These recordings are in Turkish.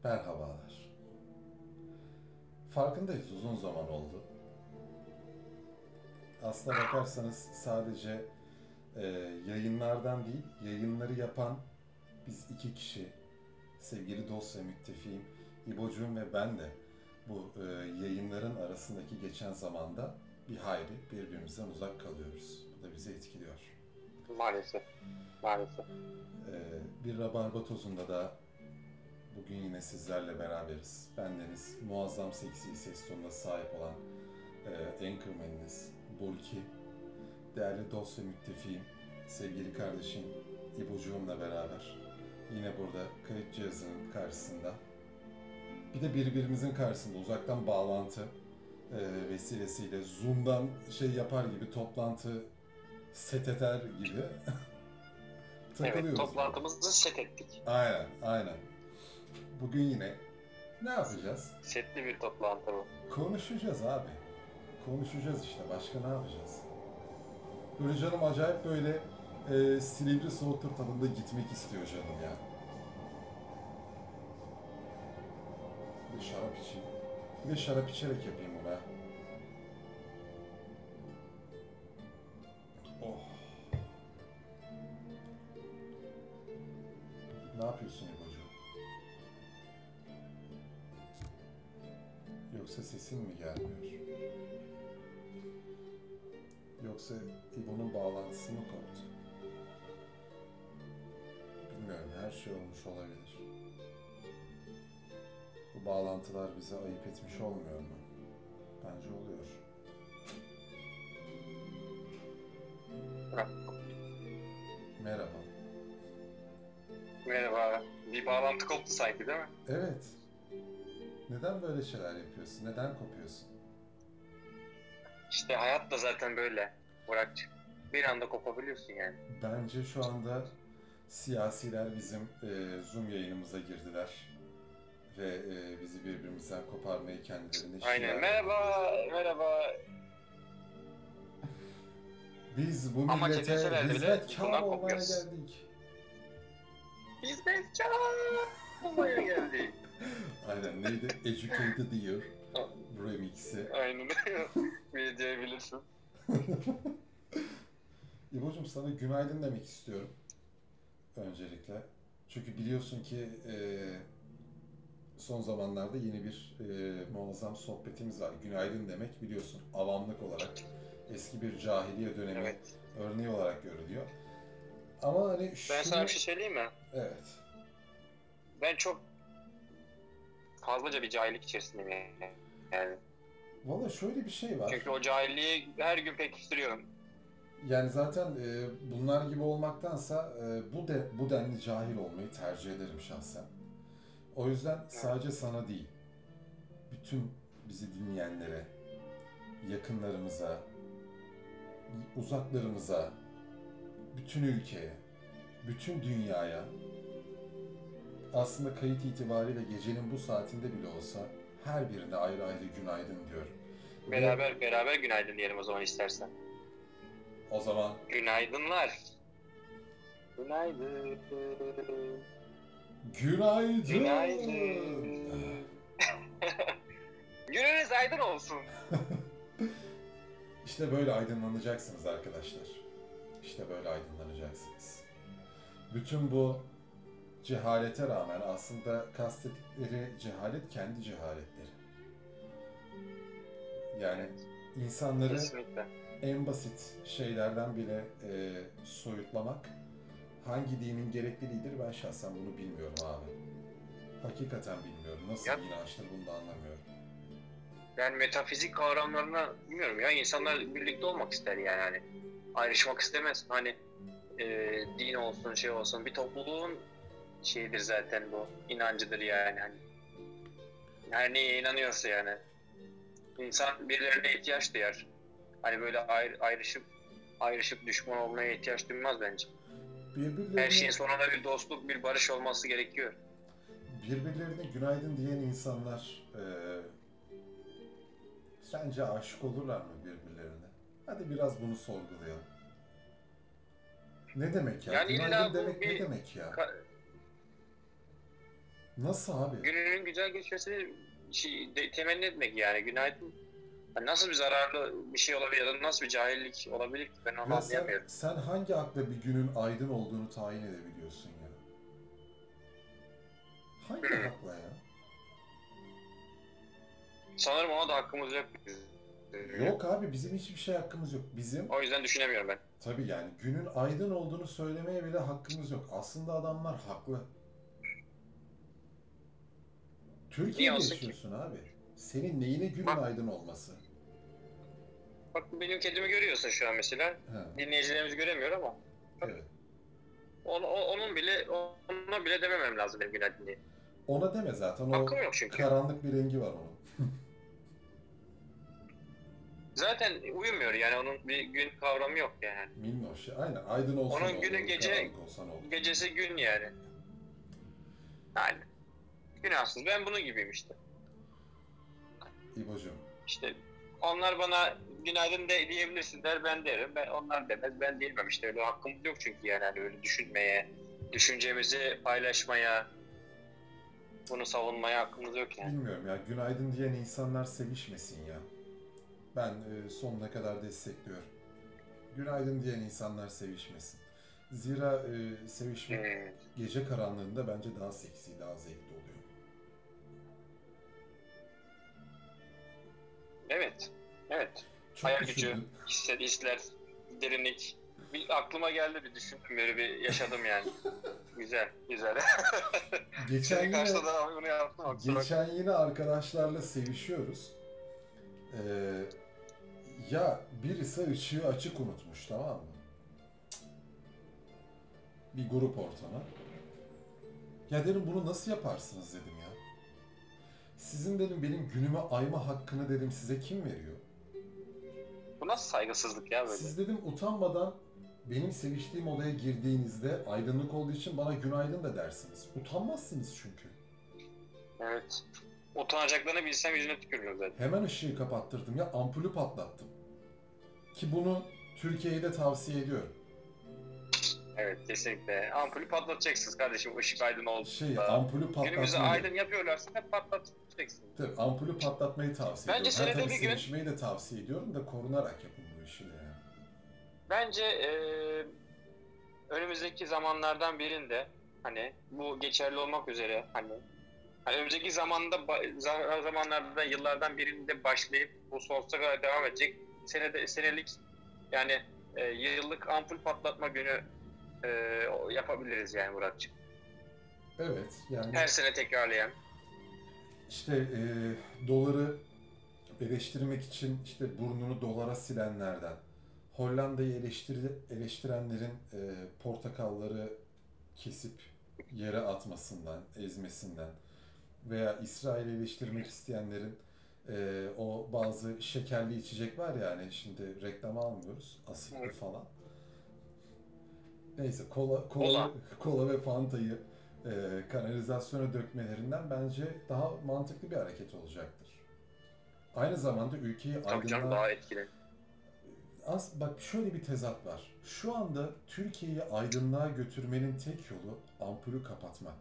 Merhabalar. Farkındayız, uzun zaman oldu. Aslına bakarsanız sadece yayınlardan değil, yayınları yapan biz iki kişi, sevgili dost ve müttefiğim İbocuğum ve ben de bu yayınların arasındaki geçen zamanda bir hayli birbirimizden uzak kalıyoruz. Bu da bizi etkiliyor. Maalesef. Maalesef. Bir Rabarba Tozu'nda da bugün yine sizlerle beraberiz. Bendeniz muazzam seksi ses tonuna sahip olan Anchorman'iniz Burki, değerli dost ve müttefiğim, sevgili kardeşim İbocuğumla beraber yine burada kayıt cihazının karşısında, bir de birbirimizin karşısında uzaktan bağlantı vesilesiyle Zoom'dan şey yapar gibi, toplantı set eder gibi takılıyoruz. Evet, toplantımızı set ettik. Aynen. Bugün yine ne yapacağız? Setli bir toplantı bu. Konuşacağız abi. Konuşacağız işte. Başka ne yapacağız? Böyle canım acayip böyle Silivri Soğuktur tadında gitmek istiyor canım ya. Bir de şarap içeyim. Bir de şarap içerek yapayım bunu ha. Oh. Ne yapıyorsun İbocuğum? Yoksa sesin mi gelmiyor? Yoksa İbo'nun bağlantısı mı koptu? Bilmiyorum, her şey olmuş olabilir. Bu bağlantılar bize ayıp etmiş olmuyor mu? Bence oluyor. Merhaba. Merhaba. Bir bağlantı koptu sanki, değil mi? Evet. Neden böyle şeyler yapıyorsun? Neden kopuyorsun? İşte hayat da zaten böyle Burak'cığım. Bir anda kopabiliyorsun yani. Bence şu anda siyasiler bizim Zoom yayınımıza girdiler. Ve bizi birbirimizden koparmayı kendilerine şiar Aynen. ediyorlar. Merhaba. Biz bu Ama millete çevirseler bile hizmetkar bundan olmaya kopuyoruz. geldik. Hizmetkar olmaya geldik. Aynen, neydi? Educated Year remix'i. Aynen. Videoyu bilirsin. İbo'cum, sana günaydın demek istiyorum öncelikle. Çünkü biliyorsun ki son zamanlarda yeni bir muazzam sohbetimiz var. Günaydın demek, biliyorsun, avamlık olarak eski bir cahiliye dönemi Evet. örneği olarak görülüyor. Ama hani Ben sana bir şey söyleyeyim mi? Evet. Ben çok fazlaca bir cahillik içerisindeyim yani. Valla şöyle bir şey var. Çünkü o cahilliği her gün pekiştiriyorum. Yani zaten bunlar gibi olmaktansa bu denli cahil olmayı tercih ederim şahsen. O yüzden sadece sana değil, bütün bizi dinleyenlere, yakınlarımıza, uzaklarımıza, bütün ülkeye, bütün dünyaya, aslında kayıt itibariyle gecenin bu saatinde bile olsa her birine ayrı ayrı günaydın diyorum. Beraber günaydın diyelim o zaman istersen. O zaman Günaydınlar. Günaydın. günaydın. Günaydın. Gününüz aydın olsun. İşte böyle aydınlanacaksınız arkadaşlar. İşte böyle aydınlanacaksınız. Bütün bu cehalete rağmen aslında kastettikleri cehalet kendi cehaletleri. Yani insanları Kesinlikle. en basit şeylerden bile soyutlamak hangi dinin gerekliliğidir, ben şahsen bunu bilmiyorum abi. Hakikaten bilmiyorum. Nasıl bir inançtır, bunu da anlamıyorum. Yani metafizik kavramlarına bilmiyorum ya, insanlar birlikte olmak ister yani, hani ayrışmak istemez. Hani din olsun, şey olsun, bir topluluğun şeyidir zaten, bu inancıdır yani, hani her neye inanıyorsa yani. İnsan birilerine ihtiyaç duyar. Hani böyle ayrışıp düşman olmaya ihtiyaç duymaz bence. Her şeyin sonunda bir dostluk, bir barış olması gerekiyor. Birbirlerine günaydın diyen insanlar sence aşık olurlar mı birbirlerine? Hadi biraz bunu sorgulayalım. Ne demek ya? Yani Günaydın illa bu demek ne bir demek ya? Nasıl abi? Gününün güzel geçmesini temenni etmek yani. Günaydın. Yani nasıl bir zararlı bir şey olabilir ya da nasıl bir cahillik olabilir ki ben onu Ve sen anlayamıyorum. sen hangi akla bir günün aydın olduğunu tayin edebiliyorsun ya? Hangi Hmm. hakla ya? Sanırım ona da hakkımız yok. Yok abi, bizim hiçbir şey hakkımız yok. Bizim O yüzden düşünemiyorum ben. tabii yani günün aydın olduğunu söylemeye bile hakkımız yok. Aslında adamlar haklı. Niye Türkiye'de olsun ki? yaşıyorsun abi. Senin neyine günün Bak, aydın olması? bak benim kedimi görüyorsun şu an mesela. He, Dinleyicilerimiz göremiyor ama evet. onun bile ona bile dememem lazım benim günaydın diye. Ona deme zaten, o Hakkım yok çünkü. karanlık bir rengi var onun. Zaten uyumuyor yani onun bir gün kavramı yok yani. Minnoş ya. Aynen, aydın olsa ne Onun günü olur, gece, karanlık olsa ne olur. gecesi gün yani. Yani günahsız. Ben bunun gibiyim işte. İbocuğum. İşte onlar bana günaydın de diyebilirsin der ben derim. Onlar demez ben diyemem işte öyle hakkımız yok çünkü yani hani öyle düşünmeye, düşüncemizi paylaşmaya, bunu savunmaya hakkımız yok yani. Bilmiyorum ya, günaydın diyen insanlar sevişmesin ya. Ben sonuna kadar destekliyorum. Günaydın diyen insanlar sevişmesin. Zira sevişmek Hmm. gece karanlığında bence daha seksi, daha zevkli oluyor. Evet, evet. Çok Hayal gücü, düşündün. hisler, derinlik. Bir aklıma geldi bir düşündüm böyle bir yaşadım yani. Güzel, güzel. Geçen Senin yine karşıda da bunu yaptım. Kusura bakma. geçen yine arkadaşlarla sevişiyoruz. Ya birisi ışığı açık unutmuş, tamam mı? Bir grup ortamı. Ya dedim, bunu nasıl yaparsınız dedim ya. Sizin dedim benim günüme ayma hakkını dedim size kim veriyor? Bu nasıl saygısızlık ya böyle? Siz dedim utanmadan benim seviştiğim odaya girdiğinizde aydınlık olduğu için bana günaydın da dersiniz. Utanmazsınız çünkü. Evet. Utanacaklarını bilsem yüzüne tükürürüm zaten. Hemen ışığı kapattırdım ya, ampulü patlattım. Ki bunu Türkiye'ye de tavsiye ediyorum. Evet, kesinlikle. Ampulü patlatacaksınız kardeşim ışık aydın olduğunda. Ampulü Günümüzü patlatmayı, aydın yapıyorlarsa hep patlatacaksınız. tabii ampulü patlatmayı tavsiye Bence ediyorum. Ha senede tabii bir gün, sevişmeyi de tavsiye ediyorum da korunarak yapın bu işi de yani. bence önümüzdeki zamanlardan birinde hani bu geçerli olmak üzere hani önümüzdeki zamanlarda yıllardan birinde başlayıp bu sonsuza kadar devam edecek senelik yani yıllık ampul patlatma günü e, yapabiliriz yani Muratçığım. Evet yani Her sene tekrarlayan. işte doları eleştirmek için işte burnunu dolara silenlerden, Hollanda'yı eleştirenlerin portakalları kesip yere atmasından, ezmesinden veya İsrail'i eleştirmek isteyenlerin o bazı şekerli içecek var ya, hani şimdi reklam almıyoruz, asitli falan. Neyse, Ola. kola ve Fanta'yı kanalizasyona dökmelerinden bence daha mantıklı bir hareket olacaktır. Aynı zamanda ülkeyi Tabii canım aydınlığa... daha etkili. Bak şöyle bir tezat var. Şu anda Türkiye'yi aydınlığa götürmenin tek yolu ampulü kapatmak.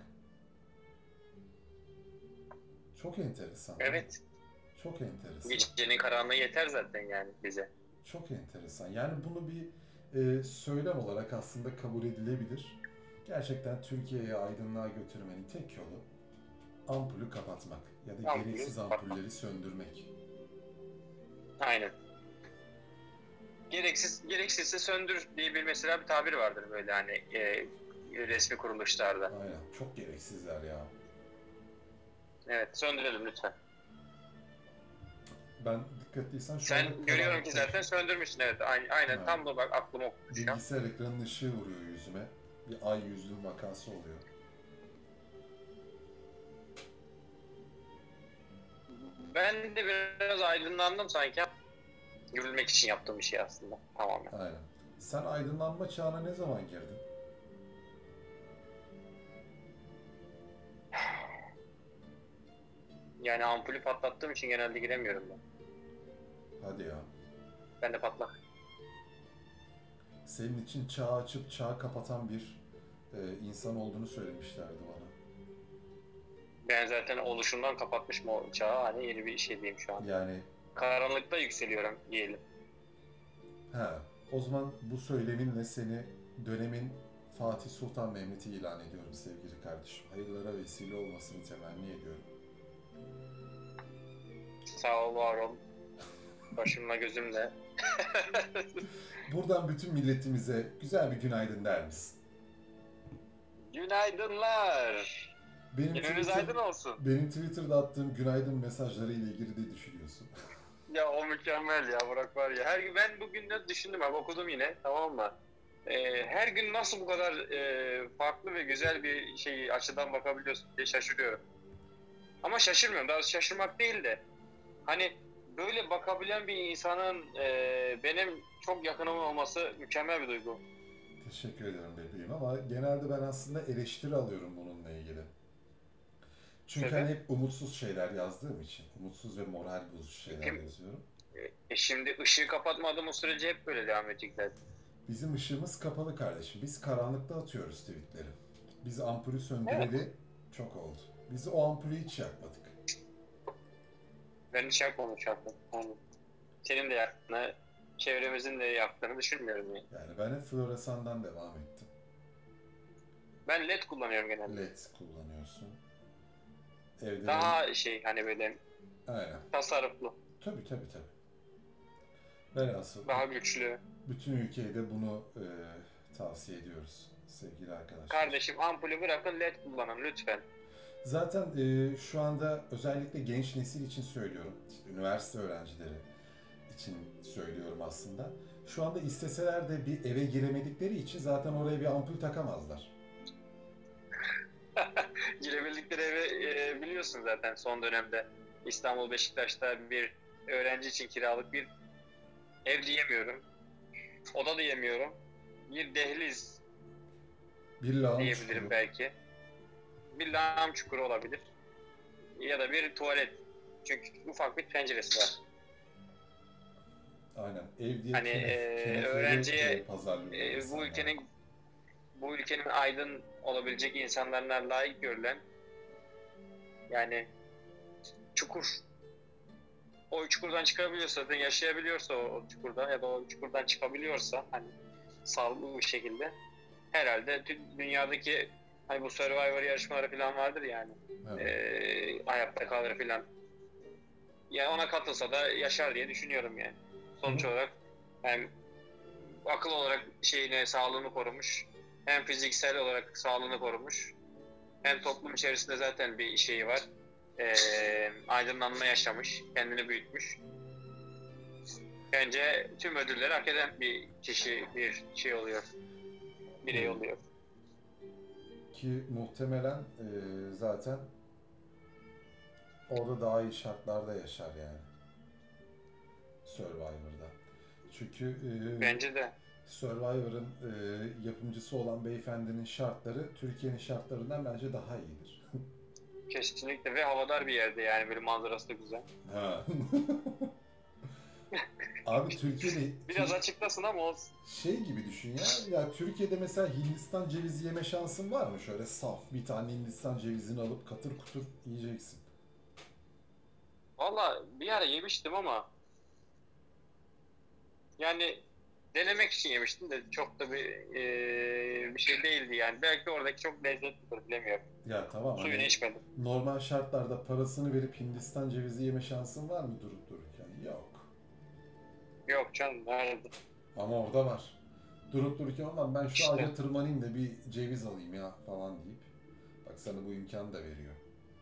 Çok enteresan değil mi? Evet. Çok enteresan. Gecenin karanlığı yeter zaten yani bize. Çok enteresan. Yani bunu bir söylem olarak aslında kabul edilebilir. Gerçekten Türkiye'yi aydınlığa götürmenin tek yolu ampulü kapatmak ya da Ampulü gereksiz kapatmak. ampulleri söndürmek. Aynen. Gereksizse söndür diye bir mesela bir tabir vardır böyle hani resmi kuruluşlarda. Aynen. Çok gereksizler ya. Evet, söndürelim lütfen. Ben dikkatliysen şu anda Sen görüyorum ki karanlıktayım. zaten söndürmüşsün evet. Aynen Ha. tam da bak aklıma okumuş ya. Bilgisayar ekranının ışığı vuruyor yüzüme. Bir ay yüzlü vakası oluyor. Ben de biraz aydınlandım sanki. Gülmek için yaptığım bir şey aslında tamamen. Aynen. Sen aydınlanma çağına ne zaman girdin? Yani ampulü patlattığım için genelde giremiyorum ben. Hadi ya. Ben de patlak. Senin için çağ açıp çağ kapatan bir insan olduğunu söylemişlerdi bana. Ben zaten oluşumdan kapatmışım o çağı. Hani yeni bir şey diyeyim şu an. Yani Karanlıkta yükseliyorum diyelim. ha, o zaman bu söyleminle seni dönemin Fatih Sultan Mehmet'i ilan ediyorum sevgili kardeşim. Hayırlara vesile olmasını temenni ediyorum. Sağ ol, var ol. Başımla gözümle. Buradan bütün milletimize güzel bir günaydın der misin? Günaydınlar. Benim Gününüz aydın olsun. benim Twitter'da attığım günaydın mesajları ile ilgili ne düşünüyorsun? Ya o mükemmel ya Burak var ya. Her gün ben bugün ne düşündüm abi, okudum yine, tamam mı? Her gün nasıl bu kadar farklı ve güzel bir şey açıdan bakabiliyorsun diye şaşırıyorum. Ama şaşırmıyorum. Daha doğrusu şaşırmak değil de hani böyle bakabilen bir insanın benim çok yakınım olması mükemmel bir duygu. Teşekkür ederim bebeğim ama genelde ben aslında eleştiri alıyorum bununla ilgili. Çünkü Sebep? hani hep umutsuz şeyler yazdığım için, umutsuz ve moral bozucu şeyler yazıyorum. Şimdi ışığı kapatmadığımız sürece hep böyle devam edecek zaten. Bizim ışığımız kapalı kardeşim. Biz karanlıkta atıyoruz tweetleri. Biz ampulü Evet. söndüreli çok oldu. Biz o ampulü hiç yakmadık. Ben hiç yapmadım şartım. Yani senin de yaktığını, çevremizin de yaktığını düşünmüyorum yani. Yani ben hep floresandan devam ettim. Ben LED kullanıyorum genelde. LED kullanıyorsun. Evde Daha şey hani böyle aynen. tasarruflu, Tabii tabii tabii. Velhasıl daha güçlü. bütün ülkeye de bunu tavsiye ediyoruz sevgili arkadaşlar. Kardeşim ampulü bırakın, LED kullanın lütfen. Zaten şu anda özellikle genç nesil için söylüyorum, işte üniversite öğrencileri için söylüyorum aslında. Şu anda isteseler de bir eve giremedikleri için zaten oraya bir ampul takamazlar. Girebildikleri evi biliyorsun zaten son dönemde. İstanbul Beşiktaş'ta bir öğrenci için kiralık bir ev diyemiyorum. Oda diyemiyorum. Bir dehliz Bir lağım diyebilirim çukuru. belki. Bir lağım çukuru olabilir. Ya da bir tuvalet. Çünkü ufak bir penceresi var. Aynen. Ev diye Hani kenefleri öğrenciye pazarlıyor insanlar. bu ülkenin aydın olabilecek insanlarına layık görülen yani çukur. O çukurdan çıkabiliyorsa, zaten yaşayabiliyorsa o çukurdan ya da o çukurdan çıkabiliyorsa hani sağlıklı bir şekilde herhalde dünyadaki hani bu Survivor yarışmaları falan vardır yani. Evet. Hayatta kalır falan. Yani ona katılsa da yaşar diye düşünüyorum yani. Sonuç olarak hem akıl olarak sağlığını korumuş, hem fiziksel olarak sağlığını korumuş, hem toplum içerisinde zaten bir şeyi var. Aydınlanma yaşamış, kendini büyütmüş. Bence tüm ödülleri hak eden bir kişi, bir şey oluyor, birey oluyor. Ki muhtemelen zaten orada daha iyi şartlarda yaşar yani. Survivor'da. Çünkü Bence de. Survivor'ın yapımcısı olan beyefendinin şartları Türkiye'nin şartlarından bence daha iyidir. Kesinlikle ve havadar bir yerde yani, böyle manzarası da güzel. Ha. Abi Türkiye'de Biraz açıklasın ama olsun. şey gibi düşün ya. Ya Türkiye'de mesela Hindistan cevizi yeme şansın var mı? Şöyle saf bir tane Hindistan cevizini alıp katır kutur yiyeceksin. Valla bir ara yemiştim ama yani denemek için yemiştim de çok da bir şey değildi yani. Belki oradaki çok lezzetlidir, bilemiyorum. Ya tamam Suyunu hani içmedim. normal şartlarda parasını verip Hindistan cevizi yeme şansın var mı durup dururken? Yok. Yok canım, nerede? Ama orada var. Durup dururken olan ben şu İşte. ağaca tırmanayım da bir ceviz alayım ya falan deyip bak sana bu imkanı da veriyor.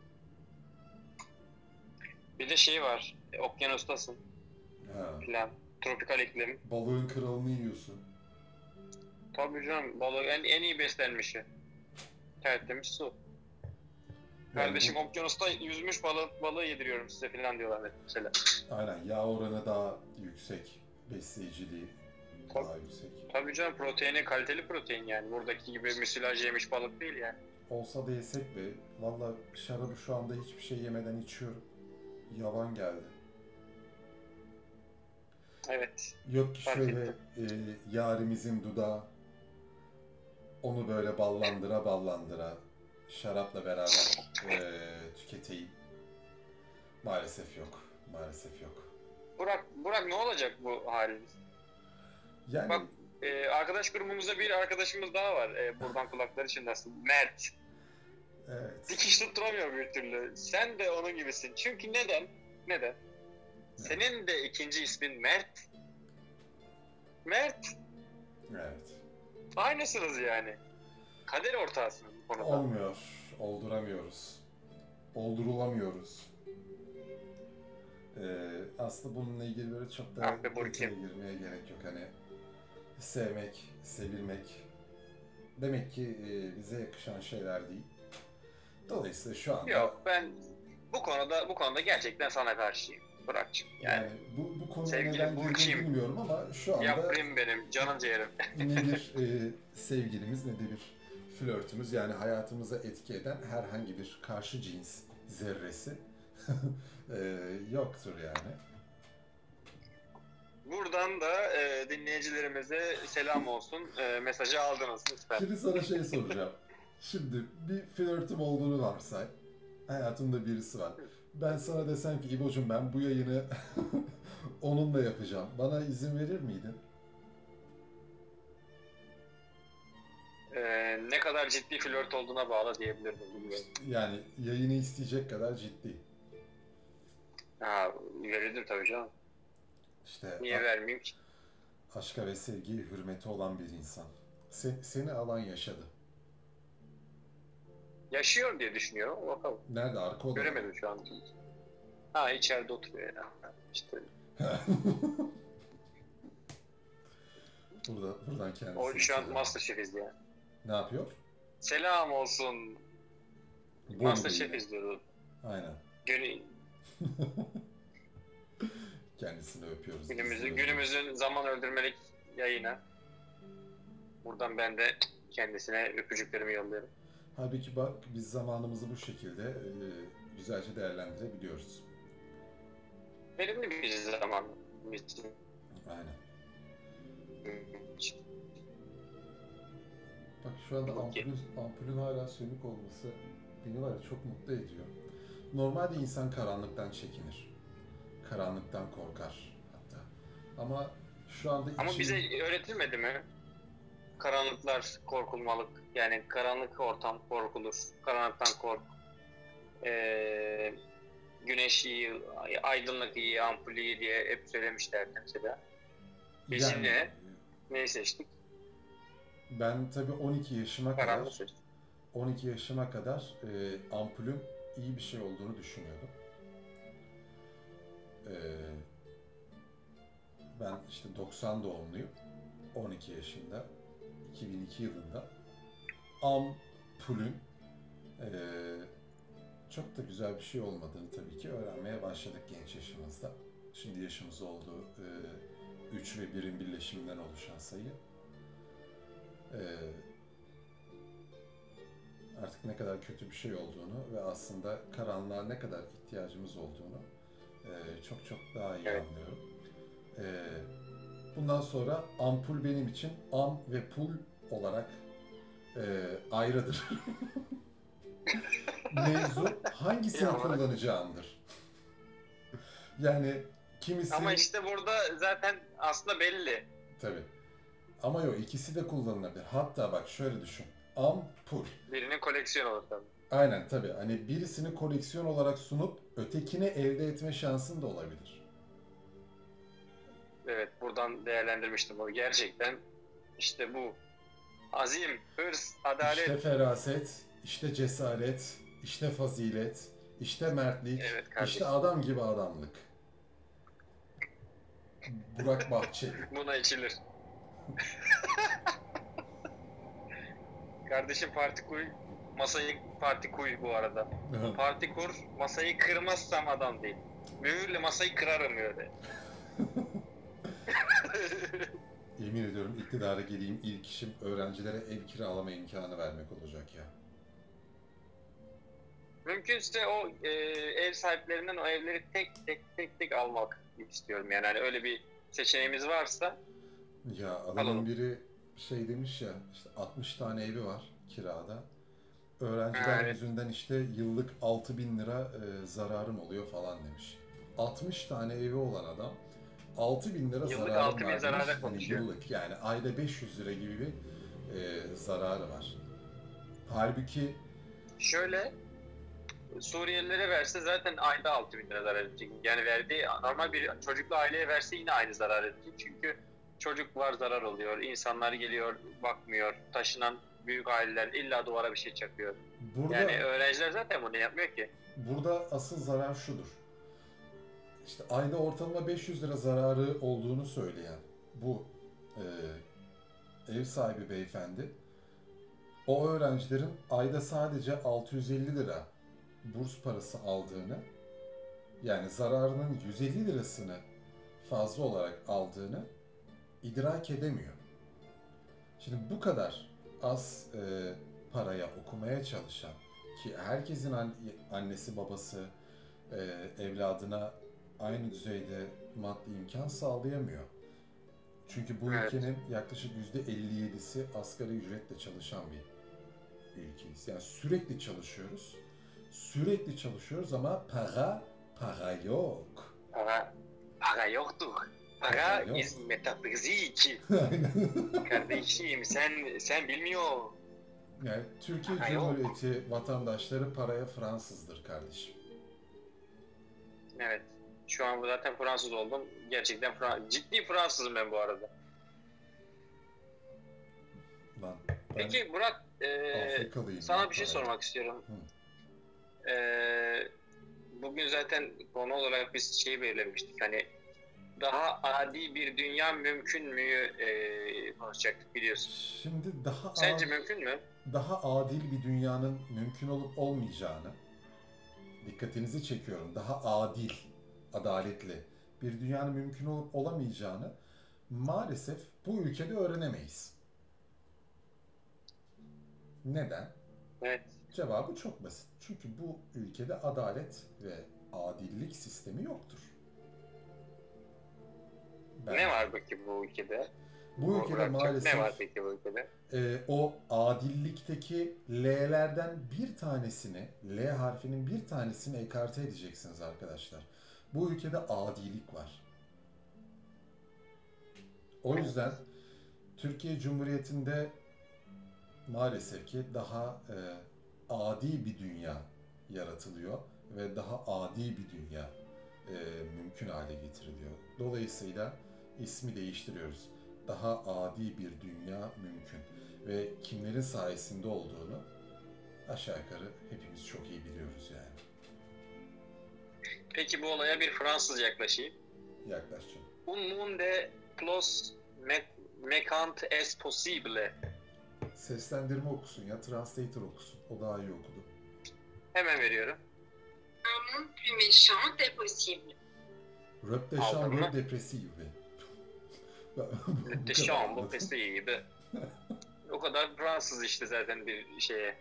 Bir de şey var, okyanustasın Ha. falan. Tropikal iklim. Balığın kralını yiyorsun. Tabii canım, balık en iyi beslenmişi. Tertemiz su. Yani Kardeşim okyanusta yüzmüş balığı yediriyorum size falan diyorlar mesela. aynen yağ oranı daha yüksek. Besleyiciliği daha yüksek. Tabii canım, proteini kaliteli protein yani. Buradaki gibi müsilaj yemiş balık değil yani. Olsa da yesek be. Valla şarabı şu anda hiçbir şey yemeden içiyorum. Yavan geldi. Evet. Yok ki Fark şöyle yarimizin dudağı onu böyle ballandıra ballandıra şarapla beraber tüketeyim. Maalesef yok. Maalesef yok. Burak ne olacak bu haliniz? Yani Bak arkadaş grubumuzda bir arkadaşımız daha var. Buradan kulakları çınlasın. Mert. evet. Dikiş tutturamıyor bir türlü. Sen de onun gibisin. Çünkü neden? Neden? Senin de ikinci ismin Mert. Mert. Evet. Aynısınız yani. Kader ortağısınız bu konuda. Olmuyor. Olduramıyoruz. Oldurulamıyoruz. Aslında bununla ilgili böyle çok da detaya girmeye gerek yok. Hani sevmek, sevilmek demek ki bize yakışan şeyler değil. Dolayısıyla şu anda... Yok, ben bu konuda gerçekten sana karşıyım Burak'cığım. Yani bu konuda neden girdiğini bilmiyorum ama şu anda... Yapayım benim canım ciğerim. Ne bir sevgilimiz ne de bir flörtümüz, yani hayatımıza etki eden herhangi bir karşı cins zerresi yoktur yani. Buradan da dinleyicilerimize selam olsun. Mesajı aldınız lütfen. Şimdi sana şey soracağım. Şimdi bir flörtüm olduğunu varsay. Hayatımda birisi var. Ben sana desem ki İbo'cum ben bu yayını onunla yapacağım. Bana izin verir miydin? Ne kadar ciddi flört olduğuna bağlı diyebilirim. Yani yayını isteyecek kadar ciddi. Ha, verirdim tabii canım. İşte niye vermeyeyim ki? Aşka ve sevgiye hürmeti olan bir insan. Seni alan yaşadı. Yaşıyor diye düşünüyorum. Bakalım. Nerede? Arka odada? Göremedim şu an. Ha, içeride oturuyor yani. İşte. Buradan kendisi. O şu an Masterchef izliyor. Ne yapıyor? Selam olsun. Masterchef izliyordu. Aynen. Gönül. Kendisini öpüyoruz. Günümüzün zaman öldürmelik yayını. Buradan ben de kendisine öpücüklerimi yolluyorum. Halbuki bak biz zamanımızı bu şekilde güzelce değerlendirebiliyoruz. Verimli bir zaman. Aynen. Bak şu anda ampulün hala sönük olması beni var ya çok mutlu ediyor. Normalde insan karanlıktan çekinir. Karanlıktan korkar hatta. Ama şu anda Ama bize öğretilmedi mi? Karanlıklar korkulmalık. Yani karanlık ortam korkulur. Karanlıktan kork. Güneş iyi, aydınlık iyi, ampul iyi diye hep söylemişlerdi mesela. Biz yine neyi seçtik? Ben tabii 12 yaşıma kadar ampulün iyi bir şey olduğunu düşünüyordum. Ben işte 90 doğumluyum. 12 yaşında. 2002 yılında ampulün çok da güzel bir şey olmadığını tabii ki öğrenmeye başladık genç yaşımızda. Şimdi yaşımız olduğu 3 ve 1'in birleşiminden oluşan sayı. Artık ne kadar kötü bir şey olduğunu ve aslında karanlığa ne kadar ihtiyacımız olduğunu çok çok daha iyi anlıyorum. Bundan sonra ampul benim için am ve pul olarak ayrıdır. Mevzu hangisini kullanacağımdır. Yani kimisi... Ama işte burada zaten aslında belli. Tabii. Ama yok, ikisi de kullanılabilir. Hatta bak şöyle düşün. Ampul. Birinin koleksiyon olur tabii. Aynen tabii. Hani birisini koleksiyon olarak sunup ötekini elde etme şansın da olabilir. Evet, buradan değerlendirmiştim onu. Gerçekten işte bu azim, hırs, adalet. İşte feraset, işte cesaret, işte fazilet, işte mertlik, evet, işte adam gibi adamlık. Burak Bahçeli. Buna içilir. Kardeşim parti kuy bu arada. Parti kur, masayı kırmazsam adam değil. Mühürle masayı kırarım öyle. Yemin ediyorum iktidara geleyim ilk işim öğrencilere ev kiralama imkanı vermek olacak ya. Mümkünse o ev sahiplerinden o evleri tek almak istiyorum yani. Hani öyle bir seçeneğimiz varsa. Ya adamın biri şey demiş ya, işte 60 tane evi var kirada. öğrenciler Evet. yüzünden işte yıllık 6.000 lira zararım oluyor falan demiş. 60 tane evi olan adam 6.000 lira Yıllık zararım 6.000 var demiş. zarara Hani konuşuyor. yıllık yani ayda 500 lira gibi bir zararı var. Halbuki Şöyle, Suriyelilere verse zaten ayda 6.000 lira zarar edecek. Yani verdiği normal bir çocuklu aileye verse yine aynı zarar edecek. Çünkü çocuk var, zarar oluyor. İnsanlar geliyor, bakmıyor. Taşınan büyük aileler illa duvara bir şey çakıyor. Yani burada öğrenciler zaten bunu yapmıyor ki. burada asıl zarar şudur. İşte ayda ortalama 500 lira zararı olduğunu söyleyen bu ev sahibi beyefendi, o öğrencilerin ayda sadece 650 lira burs parası aldığını, yani zararının 150 lirasını fazla olarak aldığını idrak edemiyor. Şimdi bu kadar az paraya okumaya çalışan, ki herkesin annesi babası evladına aynı düzeyde maddi imkan sağlayamıyor. Çünkü bu Evet. ülkenin yaklaşık %57'si asgari ücretle çalışan bir ülkeyiz. Yani sürekli çalışıyoruz. Sürekli çalışıyoruz ama para yok. Para yoktur. Para Para yok. is metafizik. Aynen. Kardeşim sen bilmiyor. Yani Türkiye Para yok. Cumhuriyeti vatandaşları paraya Fransızdır kardeşim. Evet. Şu an zaten Fransız oldum. Gerçekten ciddi Fransızım ben bu arada. Lan ben Peki Burak, Afrikalıyım ya sana bir şey paraya. sormak istiyorum. Hı. Bugün zaten konu olarak biz şey belirlemiştik. Hani daha adi bir dünya mümkün mü konuşacaktık biliyorsun. Şimdi Sence mümkün mü? daha adil bir dünyanın mümkün olup olmayacağını dikkatinizi çekiyorum. Daha adil, adaletli bir dünyanın mümkün olup olamayacağını maalesef bu ülkede öğrenemeyiz. Neden? Evet. Cevabı çok basit. Çünkü bu ülkede adalet ve adillik sistemi yoktur. Ne Bence. var peki bu ülkede? Bu ülkede Burak'cığım ne var maalesef peki bu ülkede? o adillikteki L'lerden bir tanesini, L harfinin bir tanesini ekarte edeceksiniz arkadaşlar. Bu ülkede adilik var. O yüzden Türkiye Cumhuriyeti'nde maalesef ki daha adi bir dünya yaratılıyor ve daha adi bir dünya mümkün hale getiriliyor. Dolayısıyla ismi değiştiriyoruz. Daha adi bir dünya mümkün ve kimlerin sayesinde olduğunu aşağı yukarı hepimiz çok iyi biliyoruz yani. Peki bu olaya bir Fransız yaklaşayım. Yaklaşacağım. Un monde plus mécant est possible. Seslendirme okusun ya, translator okusun. O daha iyi okudu. Hemen veriyorum. Un monde plus méchant est possible. Röp de Aldın chambre mı? depresive. De chambre possible. O kadar Fransız işte zaten bir şeye.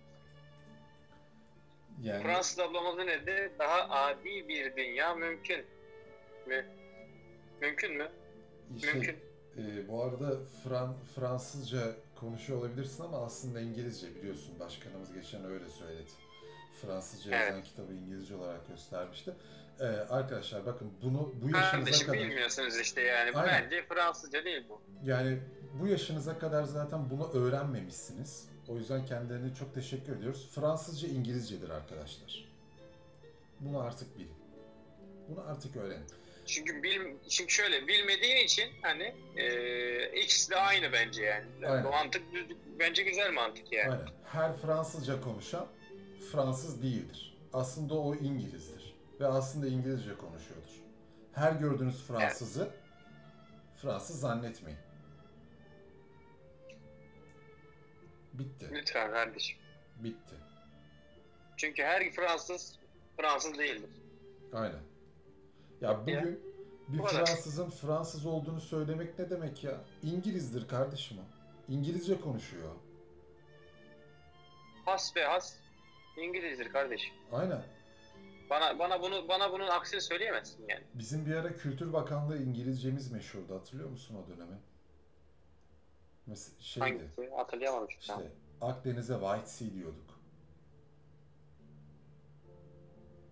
Yani Fransız ablamızın ne daha adi bir dünya mümkün mü? Mümkün mü? Mümkün. Bu arada Fransızca konuşuyor olabilirsin ama aslında İngilizce biliyorsun. Başkanımız geçen öyle söyledi. Fransızca yazan Evet. kitabı İngilizce olarak göstermişti. Arkadaşlar bakın bu yaşınıza Kardeşim kadar... bilmiyorsunuz işte yani. Aynen. Bence Fransızca değil bu. Yani bu yaşınıza kadar zaten bunu öğrenmemişsiniz. O yüzden kendilerine çok teşekkür ediyoruz. Fransızca İngilizcedir arkadaşlar. Bunu artık bilin. Bunu artık öğrenin. Çünkü şöyle bilmediğin için hani ikisi de aynı bence yani. Aynen. Mantık bence güzel mantık yani. Aynen. Her Fransızca konuşan Fransız değildir. Aslında o İngilizdir. Ve aslında İngilizce konuşuyordur. Her gördüğünüz Fransızı Fransız zannetmeyin. Bitti. Lütfen kardeşim. Bitti. Çünkü her Fransız değildir. Aynen. Ya bugün bir Bu kadar. Fransızın Fransız olduğunu söylemek ne demek ya? İngilizdir kardeşim o. İngilizce konuşuyor. Has ve has İngilizdir kardeşim. Aynen. Bana bunun aksini söyleyemezsin yani. Bizim bir ara Kültür Bakanlığı İngilizcemiz meşhurdu. Hatırlıyor musun o dönemi? Mesela şeydi. Hangisi? Hatırlayamadım şu İşte an. Akdeniz'e White Sea diyorduk.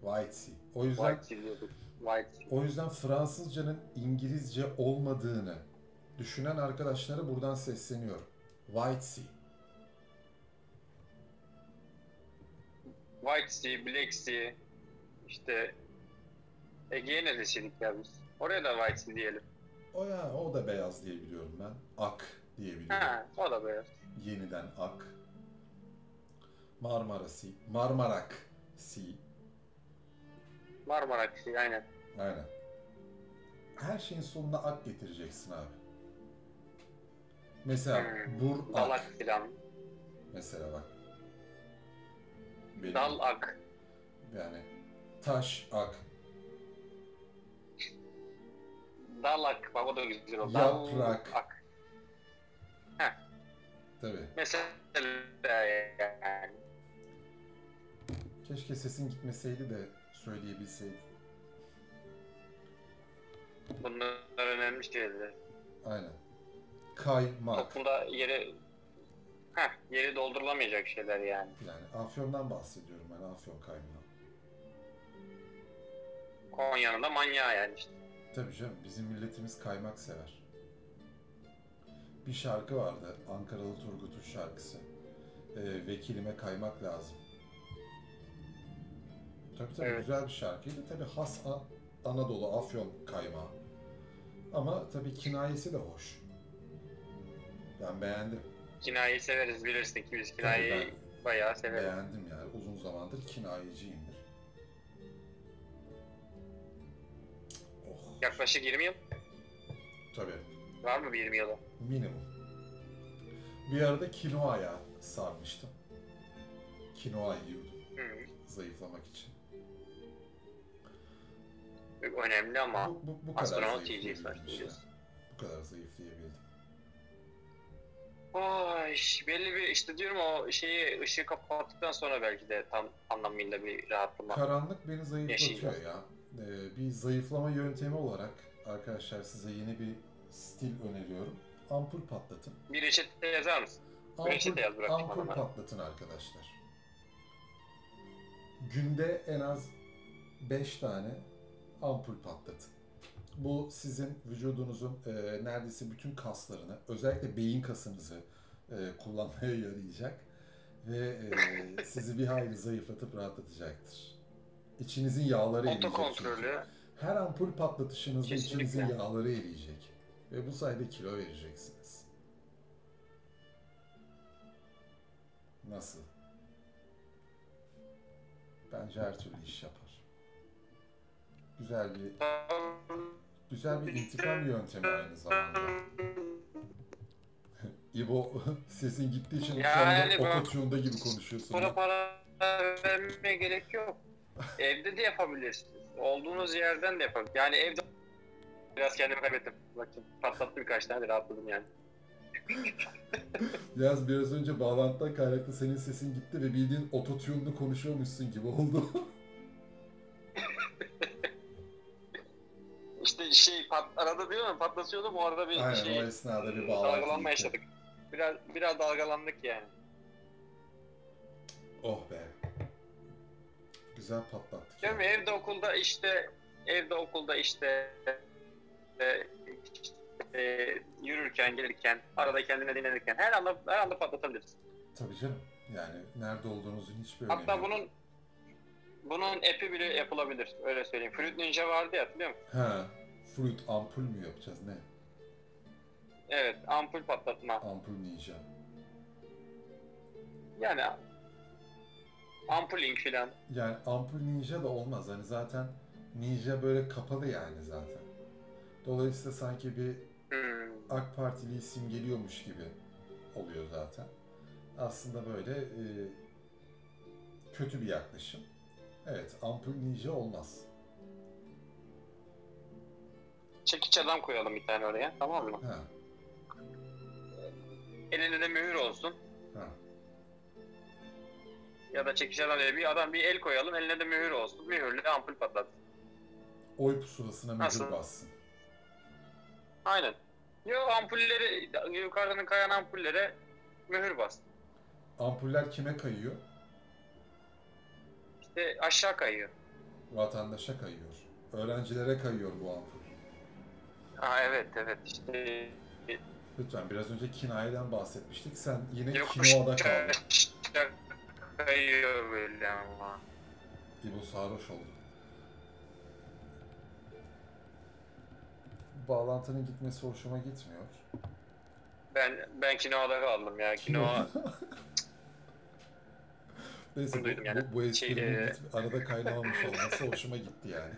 White Sea. O yüzden White Sea diyorduk. White Sea. o yüzden Fransızcanın İngilizce olmadığını düşünen arkadaşlara buradan sesleniyorum. White Sea. White Sea, Black Sea, işte Ege'ye neresiydik ya biz? Oraya da White Sea diyelim. O da beyaz diye biliyorum ben. Ak diye biliyorum. Ha, o da beyaz. Yeniden ak. Marmara Sea. Marmarak Sea. Marmara Sea, aynen. Aynen. Her şeyin sonuna ak getireceksin abi. Mesela Burak. Dalak filan. Mesela bak. Benim, Dalak. yani taş ak. Dalak. Bak o da güzel oldu. Yaprak. Dalak. Tabii. Mesela yani. Keşke sesin gitmeseydi de söyleyebilseydim. Bunlar önemli şeyler. Aynen. Kaymak. Toplumda yeri doldurulamayacak şeyler yani. Yani Afyon'dan bahsediyorum ben. Afyon kaymağı. Konya'nın da manyağı yani işte. Tabii canım. Bizim milletimiz kaymak sever. Bir şarkı vardı. Ankaralı Turgut'un şarkısı. Vekilime kaymak lazım. Tabii Evet. güzel bir şarkıydı. Tabii has Anadolu Afyon kaymağı. Ama tabii kinayesi de hoş. Ben beğendim. Kinayeyi severiz, bilirsin ki biz kinayeyi Tabii bayağı severiz. Beğendim yani. Uzun zamandır kinayeciyimdir. Oh. Yaklaşık 20 yıl. Tabii. Var mı bir 20 yılı? Minimum. Bir arada kinoaya sarmıştım. Kinoa yiyordum. Hı. Zayıflamak için. Önemli ama Bu kadar astronot zayıflayabildim yiyecek işte. başlayacağız. Bu kadar zayıflayabildim. Ay, belli bir işte diyorum o şeyi ışığı kapattıktan sonra belki de tam anlamıyla bir rahatlama. Karanlık beni zayıflatıyor Yaşayacağız. ya. Bir zayıflama yöntemi olarak arkadaşlar size yeni bir stil öneriyorum. Ampul patlatın. Bir reçete yazar mısın? Reçete yaz bırak Ampul bana. patlatın arkadaşlar. Günde en az 5 tane ampul patlatın. Bu sizin vücudunuzun neredeyse bütün kaslarını, özellikle beyin kasınızı kullanmaya yarayacak ve sizi bir hayli zayıflatıp rahatlatacaktır. İçinizin yağları eriyecek çünkü. Otokontrolü. Her ampul patlatışınızda Kesinlikle. içinizin yağları eriyecek ve bu sayede kilo vereceksiniz. Nasıl? Bence her türlü iş yapar. Güzel bir intikam yöntemi aynı zamanda. İbo sesin gittiği için Yani şu anda ototune'da gibi konuşuyorsun. Para vermeye gerek yok. Evde de yapabilirsiniz. Olduğunuz yerden de yapabilirsiniz. Yani evde biraz kendimi kaybettim. Bakın patlattım birkaç tane de rahatladım yani. Yaz biraz önce bağlantıdan kaynaklı senin sesin gitti ve bildiğin ototune'lu konuşuyormuşsun gibi oldu. İşte arada diyorum patlatıyordum o arada bir Aynen o esnada bir bağlantı dalgalanma gitti. yaşadık. Biraz dalgalandık yani. Oh be. Güzel patlattık. Diyorum ya, evde okulda işte yürürken gelirken arada kendine dinlenirken her anda patlatabiliriz. Tabii canım. Yani nerede olduğunuzun hiçbir önemi Hatta yok. bunun app'i bile yapılabilir. Öyle söyleyeyim. Fruit Ninja vardı ya, hatırlıyor musun? Ha, fruit ampul mü yapacağız ne? Evet, ampul patlatma. Ampul ninja. Yani ampuling filan. Yani ampul ninja da olmaz. Hani zaten ninja böyle kapalı yani zaten. Dolayısıyla sanki bir AK Partili'yi simgeliyormuş gibi oluyor zaten. Aslında böyle kötü bir yaklaşım. Evet, ampul ninja olmaz. Çekiç adam koyalım bir tane oraya, tamam mı? Ha, Elinde de mühür olsun. ha. Ya da çekiç adam diye bir el koyalım, eline de mühür olsun. Mühürle ampul patlat. Oy pusulasına mühür Nasıl? bassın. Aynen. Yok, ampulleri, yukarıdan kayan ampullere mühür bas. Ampuller kime kayıyor? İşte aşağı kayıyor. vatandaşa kayıyor. Öğrencilere kayıyor bu ampul. Ha, evet işte Lütfen, biraz önce kinayeden bahsetmiştik. Sen yine yokuş kinoada kaldın. aşağı kayıyor böyle ama. İbo sarhoş oldu. Bağlantının gitmesi hoşuma gitmiyor. Ben kinoada kaldım ya. Kinoa Neyse, duydum yani. bu esprinin Şey, arada kaynamamış olması hoşuma gitti yani.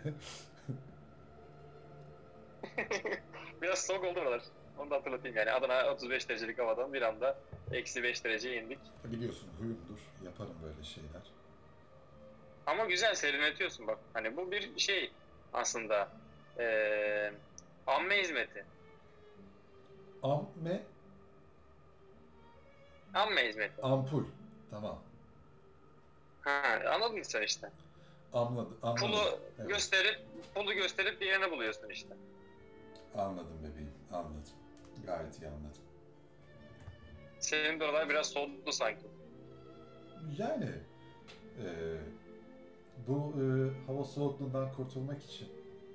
biraz soğuk oldu oralar. Onu da hatırlatayım yani. Adana 35 derecelik havadan bir anda -5 dereceye indik. Biliyorsun huyumdur, yaparım böyle şeyler. Ama güzel serinletiyorsun bak. Hani bu bir şey aslında. Amme hizmeti. Amme, Amme hizmeti. ampul. Tamam. Ha, anladın mı sen işte. Anladım. Pulu Evet. gösterip diğerini buluyorsun işte. Anladım bebeğim, anladım. Gayet iyi anladım. Senin de oralar biraz soğudu sanki. Yani e, bu hava soğukluğundan kurtulmak için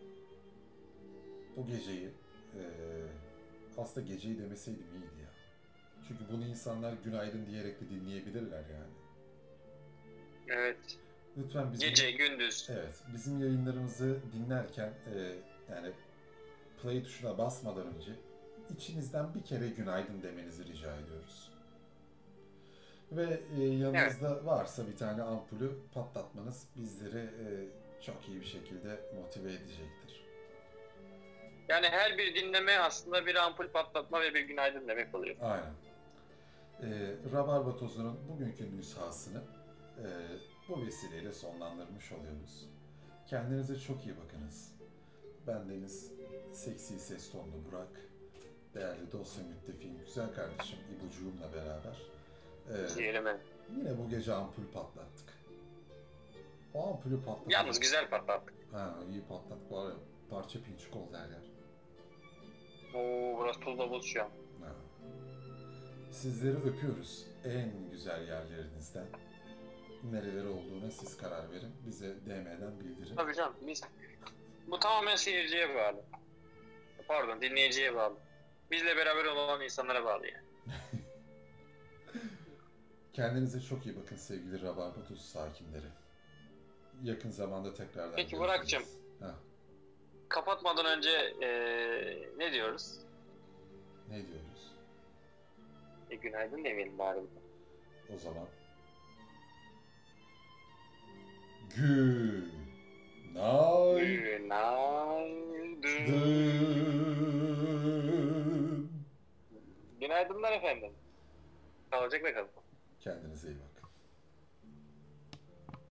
bu geceyi, aslında geceyi demeseydim iyiydi ya. Çünkü bunu insanlar günaydın diyerek de dinleyebilirler yani. Evet. Lütfen bizim, Gece, gündüz. evet, bizim yayınlarımızı dinlerken yani play tuşuna basmadan önce içinizden bir kere günaydın demenizi rica ediyoruz. Ve yanınızda varsa bir tane ampulü patlatmanız bizleri çok iyi bir şekilde motive edecektir. Yani her bir dinleme aslında bir ampul patlatma ve bir günaydın demek oluyor. Aynen. Rabarba Tozu'nun bugünkü nüshasını bu vesileyle sonlandırmış oluyoruz. Kendinize çok iyi bakınız. Bendeniz seksi ses tonlu Burak, değerli dostum, müttefiğim, güzel kardeşim İbocuğumla beraber Yerime. yine bu gece ampul patlattık. O ampulü patlattık. Yalnız güzel patlattık. Ha, iyi patlattık var ya, parça pinçik oldu her yer. Oo, burası tuzla buz şu an. Ha. Sizleri öpüyoruz en güzel yerlerinizden. Nereleri olduğuna siz karar verin. Bize DM'den bildirin. Tabii canım. Bu tamamen seyirciye bağlı. Pardon, dinleyiciye bağlı. Bizle beraber olan insanlara bağlı yani. Kendinize çok iyi bakın sevgili Rabarba Tozu sakinleri. Yakın zamanda tekrardan Peki görüşeceğiz. Burak'cığım. Ha, Kapatmadan önce ne diyoruz? ne diyoruz? Günaydın demeyelim bari. O zaman Günaydın. Günaydınlar efendim. Sağlıcakla kalın. Kendinize iyi bakın.